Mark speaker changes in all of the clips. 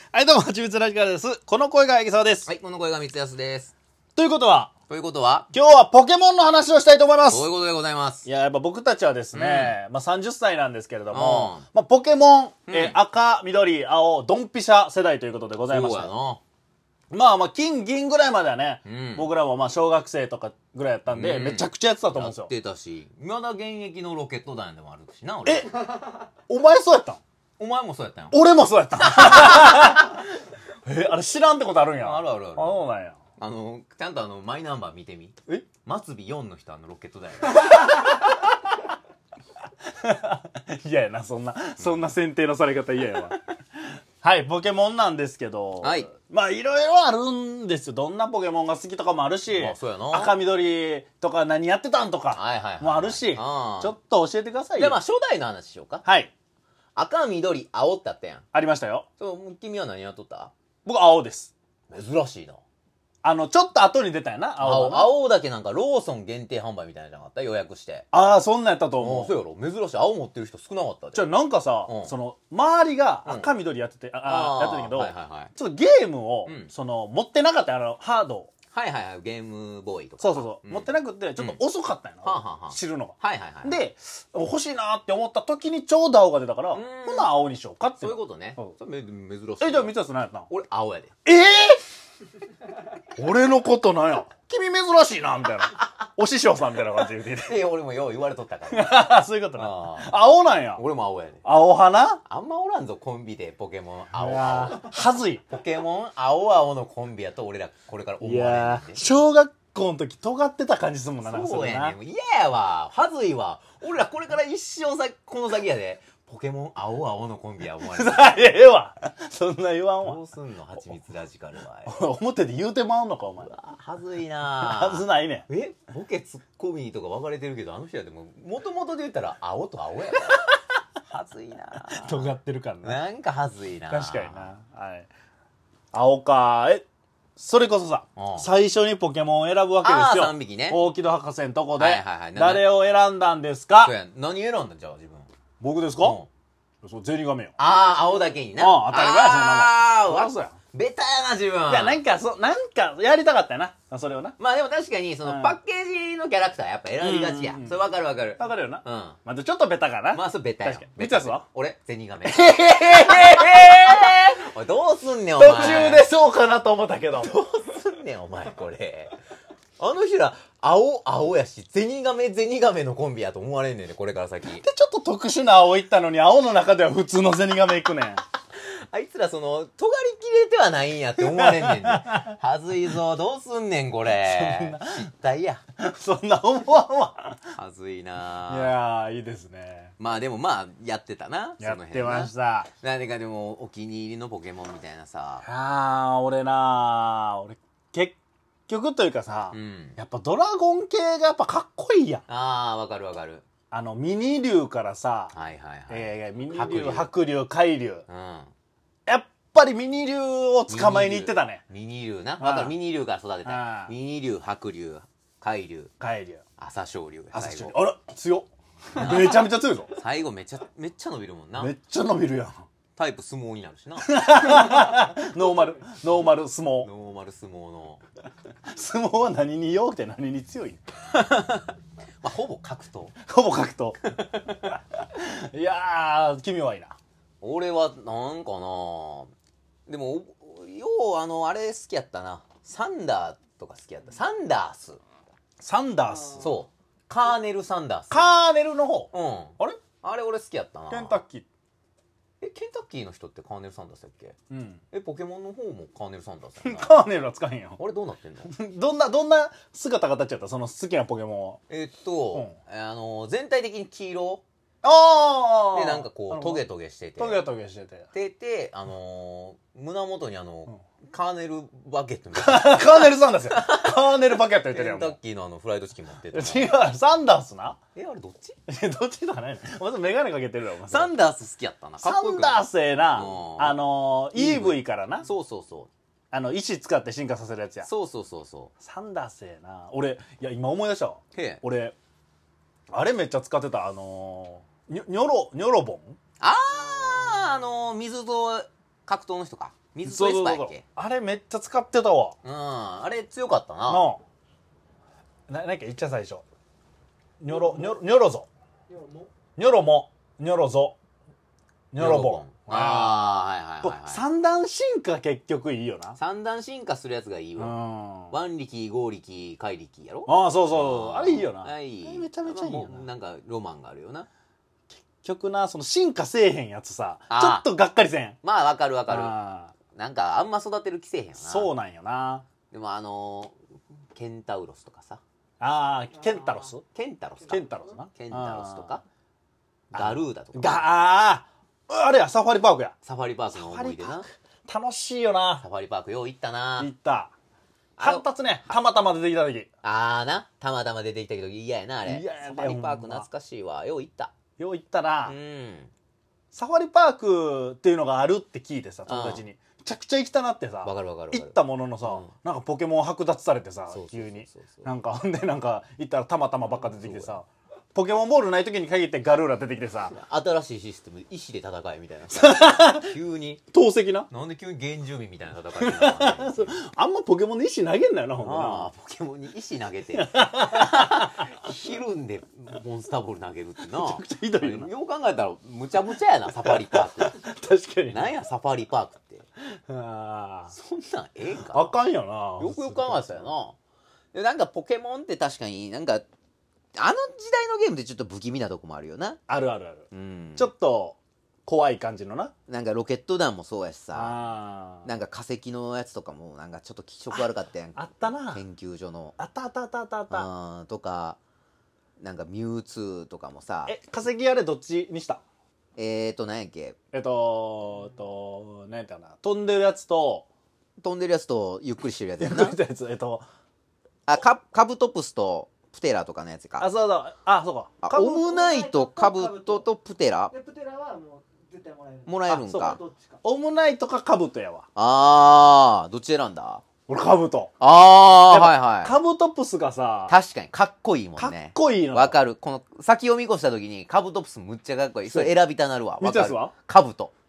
Speaker 1: はい、どうも、はちみつラジカルです。この声がいきそうです。
Speaker 2: はい、この声が三安です。
Speaker 1: ということは、
Speaker 2: 今日
Speaker 1: はポケモンの話をしたいと思います。
Speaker 2: そういうことでございます。
Speaker 1: いや、やっぱ僕たちはですね、30歳なんですけれども、ポケモン、赤、緑、青、ドンピシャ世代ということでございました。
Speaker 2: そうやな。
Speaker 1: 金、銀ぐらいまではね、僕らも小学生とかぐらいやったんで、めちゃくちゃやってたと思うんですよ。
Speaker 2: やってたし、まだ現役のロケット団でもあるしな、俺。
Speaker 1: お前そうやったん？
Speaker 2: お前もそうやったんよ。
Speaker 1: 俺もそうやったんあれ知らんってことあるんや。
Speaker 2: あるあるある。
Speaker 1: そうなんや。
Speaker 2: ちゃんとマイナンバー見てみ。末尾4の人ロケット団
Speaker 1: や。嫌やな、そんな選定のされ方嫌やわ。はい、ポケモンなんですけど、
Speaker 2: はい。
Speaker 1: いろいろあるんですよ。どんなポケモンが好きとかもあるし、
Speaker 2: そうやな。
Speaker 1: 赤緑とか何やってたんとかもあるし、ちょっと教えてくださいよ。
Speaker 2: じゃあ初代の話しようか。
Speaker 1: はい。
Speaker 2: 赤、緑、青ってあったやん。
Speaker 1: ありましたよ。
Speaker 2: 君は何やっとった？
Speaker 1: 僕青です。
Speaker 2: 珍しいな。
Speaker 1: ちょっと後に出たんやな、
Speaker 2: 青だけなんかローソン限定販売みたいなのじゃなかった？予約して。
Speaker 1: ああ、そんなんやったと思う。
Speaker 2: そうやろ。珍しい。青持ってる人少なかったで。
Speaker 1: じゃあなんかさ、周りが赤緑やってて、やってたけど、ちょっとゲームを、持ってなかったハードを。
Speaker 2: はいはいはい、ゲームボーイとか。
Speaker 1: そう、持ってなくて、ちょっと遅かったんやな、知るのが。で、欲しいなって思った時にちょうど青が出たから、ほな青にしようかって。
Speaker 2: そういうことね。珍しい。
Speaker 1: じゃあ三つ何やったん？
Speaker 2: 俺青やで。
Speaker 1: 俺のことなんや。君珍しいな、みたいな。お師匠さんみたいな感じで言ってて。
Speaker 2: 俺もよう言われとったから。
Speaker 1: そういうことな。青なんや。
Speaker 2: 俺も青やで。
Speaker 1: 青派な？
Speaker 2: あんまおらんぞ、コンビでポケモン青。
Speaker 1: はずい。
Speaker 2: ポケモン青のコンビやと俺らこれから思われるんで。
Speaker 1: 小学校の時尖ってた感じするもんな。
Speaker 2: そうやねん。嫌やわ。はずいわ。俺らこれから一生この先やで。ポケモン青のコンビや思われる。
Speaker 1: ええわ。そんな言わんわ。
Speaker 2: どうすんの、はちみつラジカルは。
Speaker 1: 表で言うてまうのか、お前。
Speaker 2: はずいな。
Speaker 1: はずないね
Speaker 2: ん。ボケツッコミとか分かれてるけど、あの人はでも、もともとで言ったら青と青やろ。はずいな。
Speaker 1: 尖ってるからな。
Speaker 2: なんかはずいな。
Speaker 1: 確かにな。はい。青か。それこそさ、最初にポケモンを選ぶわけですよ。
Speaker 2: 3匹ね。
Speaker 1: 大木戸博士のとこで。誰を選んだんですか？
Speaker 2: 何選んだんじゃあ、自分。
Speaker 1: 僕ですか？ゼニガメよ。
Speaker 2: 青だけにな。
Speaker 1: 当たり前や、そんなもん。
Speaker 2: そうや。ベタやな、自分。
Speaker 1: いや、なんかやりたかったよな。それをな。
Speaker 2: まあでも確かに、パッケージのキャラクターやっぱ選びがちや。それわかるわかる。
Speaker 1: わかるよな。まあちょっとベタかな。
Speaker 2: まあそうベタや。
Speaker 1: 確かに。三つやつは？
Speaker 2: 俺、ゼニガメ。おい、どうすんねん、お前。
Speaker 1: 途中でそうかなと思ったけど。
Speaker 2: どうすんねん、お前、これ。あの人ら、青やし、ゼニガメのコンビやと思われんねんね、これから先。
Speaker 1: で、ちょっと特殊な青いったのに、青の中では普通のゼニガメいくねん。
Speaker 2: あいつら尖りきれてはないんやって思われんねんで。はずいぞ、どうすんねん、これ。失態や。
Speaker 1: そんな思わんわ。
Speaker 2: はずいな。
Speaker 1: いやー、いいですね。
Speaker 2: まあでもやってたな。
Speaker 1: やってました。
Speaker 2: 何かでも、お気に入りのポケモンみたいなさ。
Speaker 1: 俺結局というかさ、やっぱドラゴン系がやっぱかっこいいやん。
Speaker 2: わかるわかる。
Speaker 1: ミニ竜からさ、ミニ竜、白竜、海竜。やっぱりミニ竜を捕まえに行ってたね。
Speaker 2: ミニ竜な。わかる、ミニ竜から育てた。ミニ竜、白竜、海竜、朝青龍。
Speaker 1: あら、強っ。めちゃめちゃ強いぞ。
Speaker 2: 最後めっちゃ伸びるもんな。
Speaker 1: めっちゃ伸びるやん。
Speaker 2: タイプ相撲になるしな。
Speaker 1: ノーマル相撲。
Speaker 2: ノーマル相撲の。
Speaker 1: 相撲は何に弱くて何に強い？
Speaker 2: ほぼ格闘。
Speaker 1: ほぼ格闘。いやー、君はいいな。
Speaker 2: 俺はなんかな、でもようあれ好きやったな。サンダーとか好きやった。サンダース。そう、カーネル・サンダース。
Speaker 1: カーネルの方。
Speaker 2: あれ俺好きやったな。
Speaker 1: ケンタッキー。
Speaker 2: ケンタッキーの人ってカーネル・サンダースやっけ？ポケモンの方もカーネル・サンダースやな。
Speaker 1: カーネルは使えへんよ。
Speaker 2: あれどうなってんの？
Speaker 1: どんな姿形やった？その好きなポケモ
Speaker 2: ンは。全体的に黄色で、なんかこうトゲトゲしてて。で、胸元にカーネルバケットみたいな。
Speaker 1: カーネル・サンダースや。カーネルバケット言ってるやん。
Speaker 2: ケンタッキーのフライドチキン持ってて。
Speaker 1: 違う、サンダースな。
Speaker 2: あれどっち？
Speaker 1: どっちとかないの？まずメガネかけてるやろ。
Speaker 2: サンダース好きやったな。
Speaker 1: サンダースええな。EV からな。
Speaker 2: そう。
Speaker 1: 石使って進化させるやつや。
Speaker 2: そう。
Speaker 1: サンダースええな。俺、いや、今思い出したわ。俺、あれめっちゃ使ってた。ニョロボン？
Speaker 2: 水と格闘の人か。 水とエスパーやっけ。
Speaker 1: あれめっちゃ使ってたわ。
Speaker 2: あれ強かったな。
Speaker 1: なんか言っちゃ最初。ニョロゾ。ニョロも。ニョロゾ。ニョロボン。
Speaker 2: はいはいはい。
Speaker 1: 三段進化結局いいよな。
Speaker 2: 三段進化するやつがいいわ。腕力、合力、怪力やろ。
Speaker 1: そう。あれいいよな。
Speaker 2: めちゃめちゃいいよな。なんかロマンがあるよな。
Speaker 1: 結局な、その進化せえへんやつさ、ちょっとがっかりせん。
Speaker 2: まあわかるわかる。なんかあんま育てる気せえへんよな。
Speaker 1: そうなんよな。
Speaker 2: でもケンタウロスとかさ。
Speaker 1: ケンタロスな。
Speaker 2: ケンタロスとかガルーダとか。
Speaker 1: あれや、サファリパークや。
Speaker 2: サファリパークの思い出な。
Speaker 1: 楽しいよな。
Speaker 2: サファリパークよう行ったな。
Speaker 1: 行った。腹立つね、たまたま出てきた時。
Speaker 2: たまたま出てきた時嫌やな、あれ。サファリパーク懐かしいわ。よう行った。な。
Speaker 1: サファリパークっていうのがあるって聞いてさ、友達に。めちゃくちゃ行きたなってさ。
Speaker 2: わかる。
Speaker 1: 行ったもののさ、なんかポケモン剥奪されてさ、急に。なんか、ほんでなんか、行ったらたまたまばっか出てきてさ。ポケモンボールない時に限ってガルーラ出てきてさ、
Speaker 2: 新しいシステム石で戦えみたいな急に
Speaker 1: 投石な、
Speaker 2: なんで急に原住民みたいな戦い
Speaker 1: あんまポケモンで石投げんなよな、ほんとな。
Speaker 2: ポケモンに石投げてひるんでモンスターボール投げるってな。めちゃくちゃひどいよな。よう考えたらむちゃむちゃやな、サファリパーク。
Speaker 1: 確かに。
Speaker 2: なんやサファリパークって。そんなんええか
Speaker 1: あかんよな。
Speaker 2: よくよく考えたよな。でなんかポケモンって確かになんかあの時代のゲームでちょっと不気味なとこもあるよな。
Speaker 1: ある。ちょっと怖い感じのな。
Speaker 2: なんかロケット弾もそうやしさ、なんか化石のやつとかもなんかちょっと気色悪かったやん。
Speaker 1: あったな。
Speaker 2: 研究所の。
Speaker 1: あった。
Speaker 2: とか、なんかミュウツーとかもさ。
Speaker 1: 化石あれどっちにした？
Speaker 2: なんやっけ。
Speaker 1: なんやったかな。飛んでるやつと
Speaker 2: ゆっくりしてるやつやな。カブトプスとプテラとかのやつか。
Speaker 1: そうか。
Speaker 2: オムナイト、カブトとプテラ。
Speaker 3: プテラはもう絶対
Speaker 2: もらえるんか。
Speaker 1: オムナイトかカブトやわ。
Speaker 2: どっち選んだ？
Speaker 1: 俺カブト。
Speaker 2: はい。
Speaker 1: カブトプスがさ、
Speaker 2: 確かにかっこいいもんね。
Speaker 1: かっこいいの。
Speaker 2: わかる。この先読み越した時にカブトプスむっちゃかっこいい。それ選びたなるわ。
Speaker 1: わかる。
Speaker 2: カブト。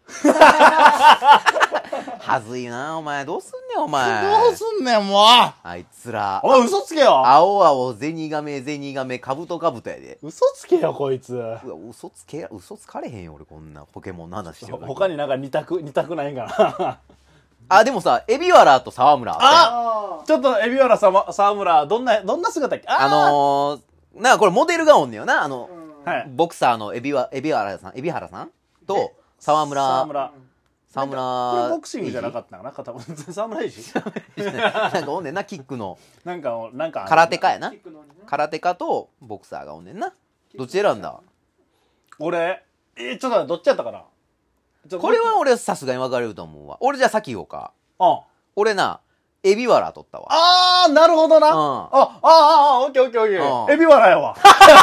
Speaker 2: はずいな、お前。どうすんねん、お前。
Speaker 1: どうすんねん、もう。
Speaker 2: あいつら。
Speaker 1: お前嘘つけよ。
Speaker 2: 青、ゼニガメ、カブトやで。
Speaker 1: 嘘つけよ、こいつ。
Speaker 2: 嘘つかれへんよ、俺、こんなポケモンの話してる。
Speaker 1: 他になんか似たくないんか
Speaker 2: な。でもさ、エビワラと沢村
Speaker 1: ちょっとエビワラ沢村、どんな姿っけ？
Speaker 2: なんかこれモデルがおんねよな。ボクサーの海老原さんと、沢村。
Speaker 1: これボクシングじゃなかったかな、沢村いし
Speaker 2: なんかおんねんな、キックの。
Speaker 1: なんか
Speaker 2: 空手家やな。空手家とボクサーがおんねんな。どっち選んだ？
Speaker 1: 俺、ちょっと待って、どっちやったかな。
Speaker 2: これは俺さすがに分かれると思うわ。俺じゃあ先言おうか。俺な、エビワラ取ったわ。
Speaker 1: なるほどな。オッケー。エビワラやわ。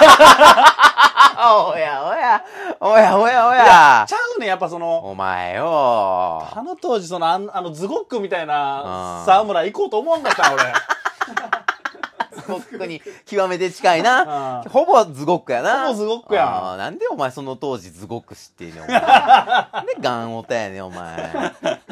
Speaker 2: おや。
Speaker 1: ちゃうね、やっぱその。
Speaker 2: お前よ。
Speaker 1: あの当時、ズゴックみたいな沢村行こうと思わんかった俺。
Speaker 2: ズゴックに極めて近いな。ほぼズゴックやな。
Speaker 1: ほぼズゴックや。
Speaker 2: なんでお前その当時ズゴック知ってんねん、お前。なんでガンオタやねん、お前。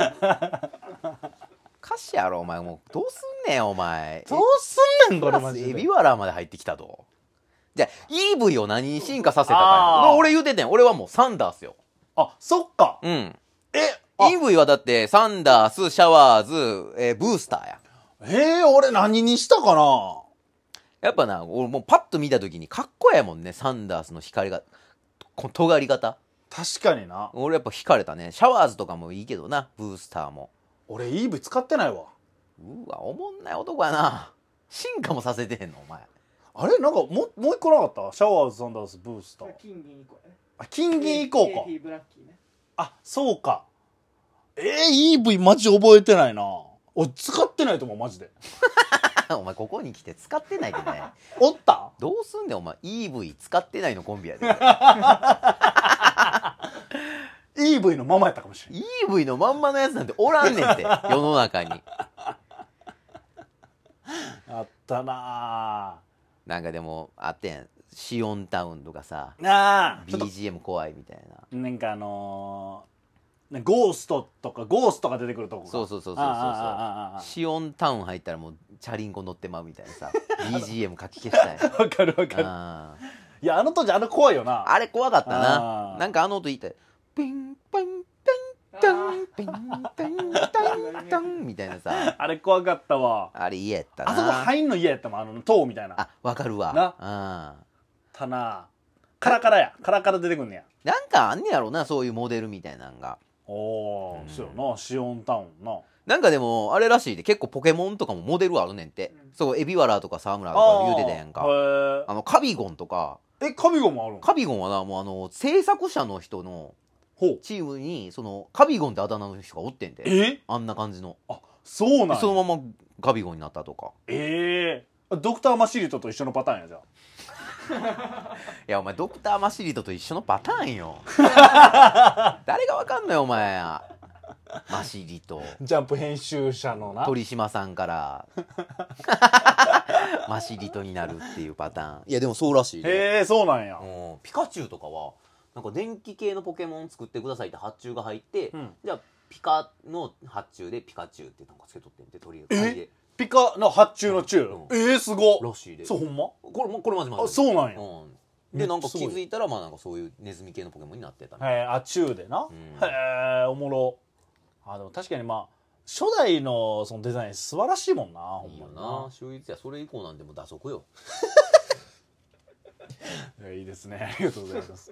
Speaker 2: 歌詞やろ、お前。もう、どうすんねん、お前。
Speaker 1: どうすんねん、これマジで。
Speaker 2: エビワラまで入ってきたと。じゃあ、EV を何に進化させたかや。俺言うててん。俺はもうサンダースよ。
Speaker 1: そっか。
Speaker 2: EV はだって、サンダース、シャワーズ、ブースター
Speaker 1: や。俺何にしたかな。
Speaker 2: やっぱな、俺もうパッと見た時にかっこええもんね、サンダースの光が、尖り方。
Speaker 1: 確かにな。
Speaker 2: 俺やっぱ惹かれたね。シャワーズとかもいいけどな、ブースターも。
Speaker 1: 俺 EV 使ってないわ。
Speaker 2: おもんない男やな。進化もさせてへんの、お前。
Speaker 1: あれなんかもう一個なかった？シャワーズ、サンダース、ブースター。
Speaker 3: 金銀以降やね。
Speaker 1: 金銀以降か。
Speaker 3: ブラッキーね。
Speaker 1: そうか。EV マジ覚えてないな。俺使ってないと思う、マジで。
Speaker 2: お前ここに来て使ってないでね。
Speaker 1: おった？
Speaker 2: どうすんねん、お前。EV 使ってないのコンビやで。
Speaker 1: EV のままやったかもしれん。
Speaker 2: EV のまんまのやつなんておらんねんって、世の中に。
Speaker 1: あったな。
Speaker 2: なんかでもあってん、シオンタウンとかさ、
Speaker 1: BGM
Speaker 2: 怖いみたいな。
Speaker 1: なんかゴーストとか出てくるとこか。
Speaker 2: そうシオンタウン入ったらもうチャリンコ乗ってまうみたいなさBGM 書き消したい。
Speaker 1: わかるわかる。いや当時怖いよな。
Speaker 2: あれ怖かったな。なんか音言いたいピンピンピンピンピンピンピンみたいなさ。
Speaker 1: あれ怖かったわ。
Speaker 2: あれ嫌やったな。
Speaker 1: あそこ入んの嫌やったもん塔みたいな。
Speaker 2: あわかるわ
Speaker 1: な。たなカラカラ出てくんねや。
Speaker 2: なんかあんねやろなそういうモデルみたいなんが。
Speaker 1: そうやなシオンタウンな。
Speaker 2: なんかでもあれらしいで結構ポケモンとかもモデルあるねんて。そうエビワラとか沢村とか言うてたやんか。カビゴンとか。
Speaker 1: カビゴンもあるの？
Speaker 2: カビゴンはなもう制作者の人のチームにそのカビゴンってあだ名の人がおってんて。あんな感じの。
Speaker 1: そうなんや。
Speaker 2: そのままカビゴンになったとか。
Speaker 1: ドクターマシリトと一緒のパターンやじゃあ。
Speaker 2: いやお前ドクターマシリトと一緒のパターンよ。誰がわかんないお前マシリト
Speaker 1: ジャンプ編集者のな
Speaker 2: 鳥島さんからマシリトになるっていうパターン。いやでもそうらしい
Speaker 1: ね。そうなんや。
Speaker 2: ピカチュウとかはなんか電気系のポケモン作ってくださいって発注が入って、じゃあピカの発注でピカチュウってなんかつけとってんで鳥で
Speaker 1: ピカの発注のチュウ。すご
Speaker 2: らしいで。
Speaker 1: そうほんま？
Speaker 2: これマジマジ。
Speaker 1: そうなんや。
Speaker 2: でなんか気づいたらまあなんかそういうネズミ系のポケモンになってた。
Speaker 1: チュウでな。おもろ。でも確かに初代のそのデザイン素晴らしいもんな。ほんま
Speaker 2: な。秀逸や。それ以降なんでも打足よ。
Speaker 1: いいですね。ありがとうございます。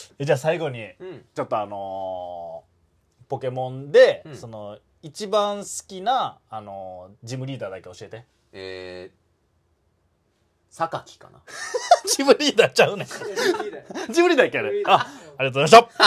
Speaker 1: じゃあ最後にちょっとポケモンでその一番好きなジムリーダーだけ教えて。
Speaker 2: 榊かな。
Speaker 1: ジムリーダーちゃうねん。ジムリーダーやっけあれ。ありがとうございました。